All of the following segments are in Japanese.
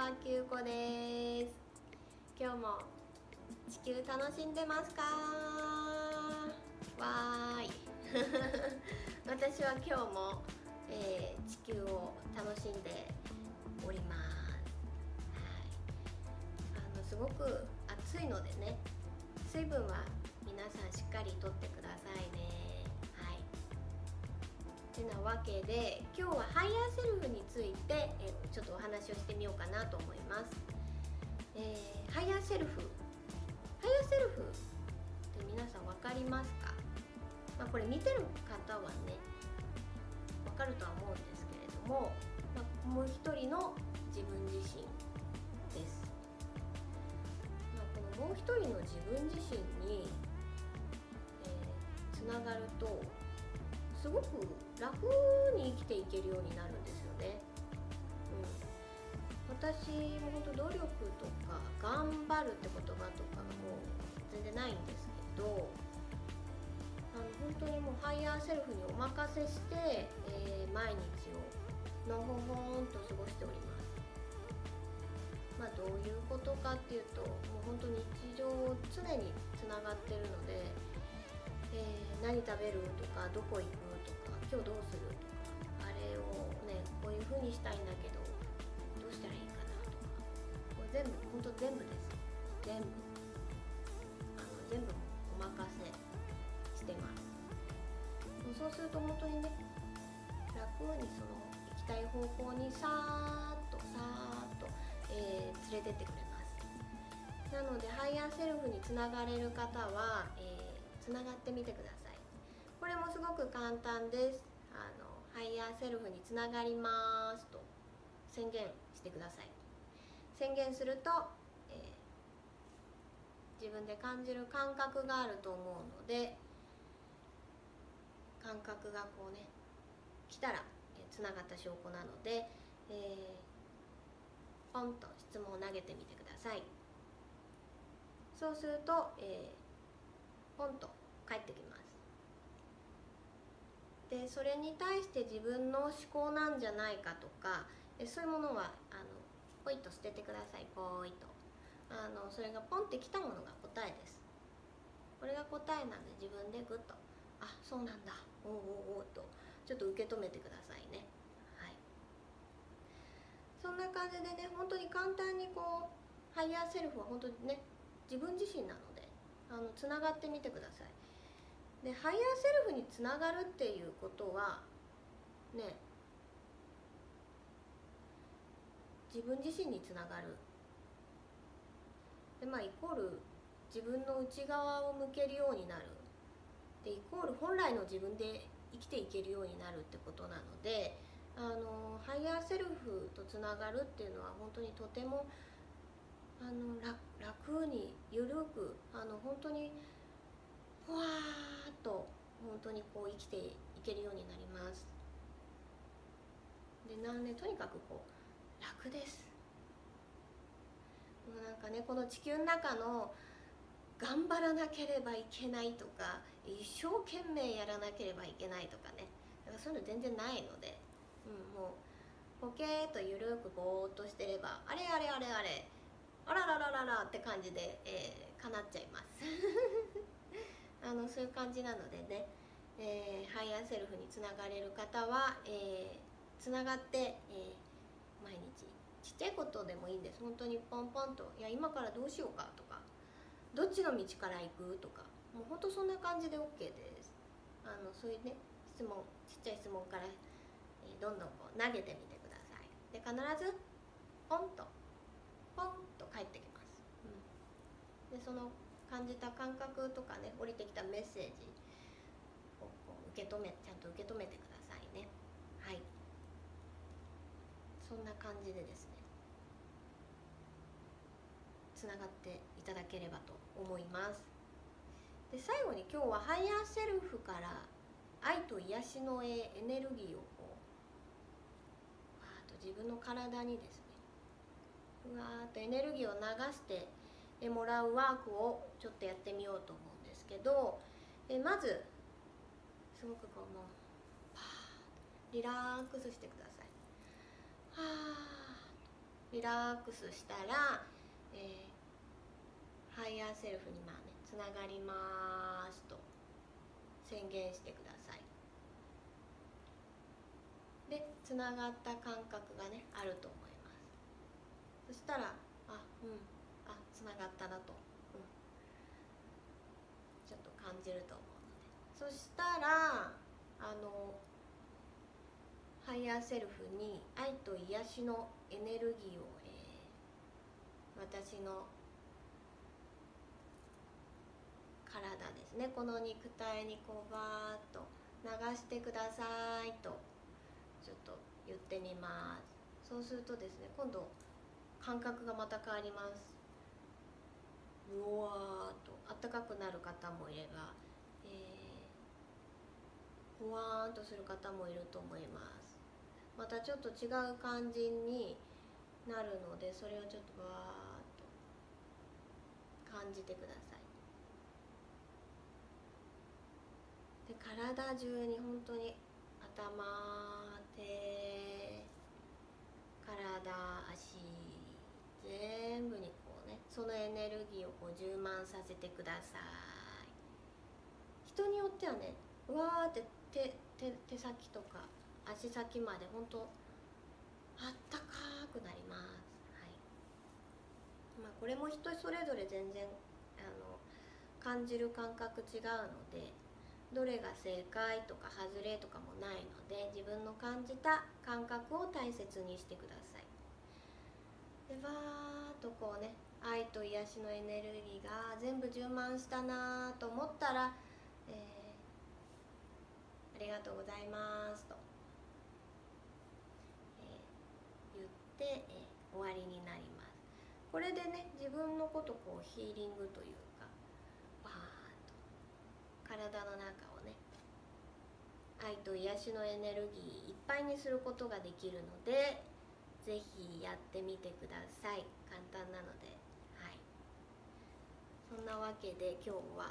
は、きゅうこです。今日も地球楽しんでますか？わーい私は今日も、地球を楽しんでおります。はい、すごく暑いのでね、水分は皆さんしっかりとってくださいね。てなわけで、今日はハイヤーセルフについて、ちょっとお話をしてみようかなと思います。ハイヤーセルフって皆さん分かりますか？これ見てる方はね分かるとは思うんですけれども、もう一人の自分自身です。このもう一人の自分自身に、つながるとすごく楽に生きていけるようになるんですよね。私も本当努力とか頑張るって言葉とかも全然ないんですけど、本当にもうハイヤーセルフにお任せして、毎日をのほほんと過ごしております。どういうことかっていうと、もう本当に日常常につながってるので、何食べるとか、どこ行くとか、今日どうするとか、あれをねこういう風にしたいんだけどどうしたらいいかなとか、もう全部本当全部です。全部お任せしてます。そうすると本当にね、楽にその行きたい方向にさーっと、連れてってくれます。なのでハイヤーセルフにつながれる方は、つながってみてください。これもすごく簡単です。ハイヤーセルフにつながりますと宣言してください。宣言すると、自分で感じる感覚があると思うので、感覚がこうね来たらつながった証拠なので、ポンと質問を投げてみてください。そうすると、ポンと返ってきます。でそれに対して自分の思考なんじゃないかとか、そういうものはポイッと捨ててください。ポイッとそれがポンってきたものが答えです。これが答えなので、自分でグッとそうなんだ、おうおうおうとちょっと受け止めてくださいね。はい、そんな感じでね、本当に簡単にこうハイヤーセルフは本当にね自分自身なのでつながってみてください。でハイヤーセルフにつながるっていうことはね、自分自身につながるで、イコール自分の内側を向けるようになるで、イコール本来の自分で生きていけるようになるってことなので、ハイヤーセルフとつながるっていうのは本当にとても楽にゆるく本当にふわーっと本当にこう生きていけるようになります。でとにかくこう楽です。もうなんかね、この地球の中の頑張らなければいけないとか、一生懸命やらなければいけないとかね、そういうの全然ないので、もうポケーっとゆるくぼーっとしてれば、あれあれあれあれあらららららって感じで、叶っちゃいますそういう感じなのでね、ハイヤーセルフにつながれる方は、つながって、毎日ちっちゃいことでもいいんです。本当にポンポンと、いや今からどうしようかとか、どっちの道から行くとか、もう本当そんな感じで OK です。そういうね質問、ちっちゃい質問から、どんどんこう投げてみてください。で必ずポンと返ってきます。でその感じた感覚とかね、降りてきたメッセージをこうちゃんと受け止めてくださいね。はい、そんな感じでですね、つながっていただければと思います。で最後に今日はハイヤーセルフから愛と癒しのエネルギーをこうわーっと自分の体にですね、うわーっとエネルギーを流してもらうワークをちょっとやってみようと思うんですけど、まずすごくこうもうパーッリラックスしてください。はリラックスしたら、ハイヤーセルフにつながりますと宣言してください。でつながった感覚があると思います。そしたらつながったなと、ちょっと感じると思うので、そしたらハイヤーセルフに愛と癒しのエネルギーを、私の体ですね、この肉体にバーッと流してくださいとちょっと言ってみます。そうするとですね、今度感覚がまた変わります。うわーっと暖かくなる方もいれば、ふわーんとする方もいると思います。またちょっと違う感じになるので、それをちょっとわーっと感じてください。で体中に本当に頭、手、体、足全部にそのエネルギーを充満させてください。人によってはうわーって手先とか足先まで本当あったかくなります。これも人それぞれ全然感じる感覚違うので、どれが正解とか外れとかもないので、自分の感じた感覚を大切にしてください。でバーッと愛と癒しのエネルギーが全部充満したなと思ったら、ありがとうございますと、言って、終わりになります。これで自分のことヒーリングというか、バーッと体の中を愛と癒しのエネルギーいっぱいにすることができるので、ぜひやってみてください。簡単なので、そんなわけで今日は、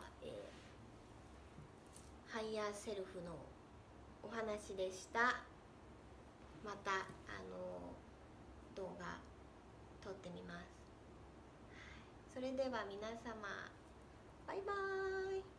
ハイヤーセルフのお話でした。また動画撮ってみます。それでは皆様、バイバーイ。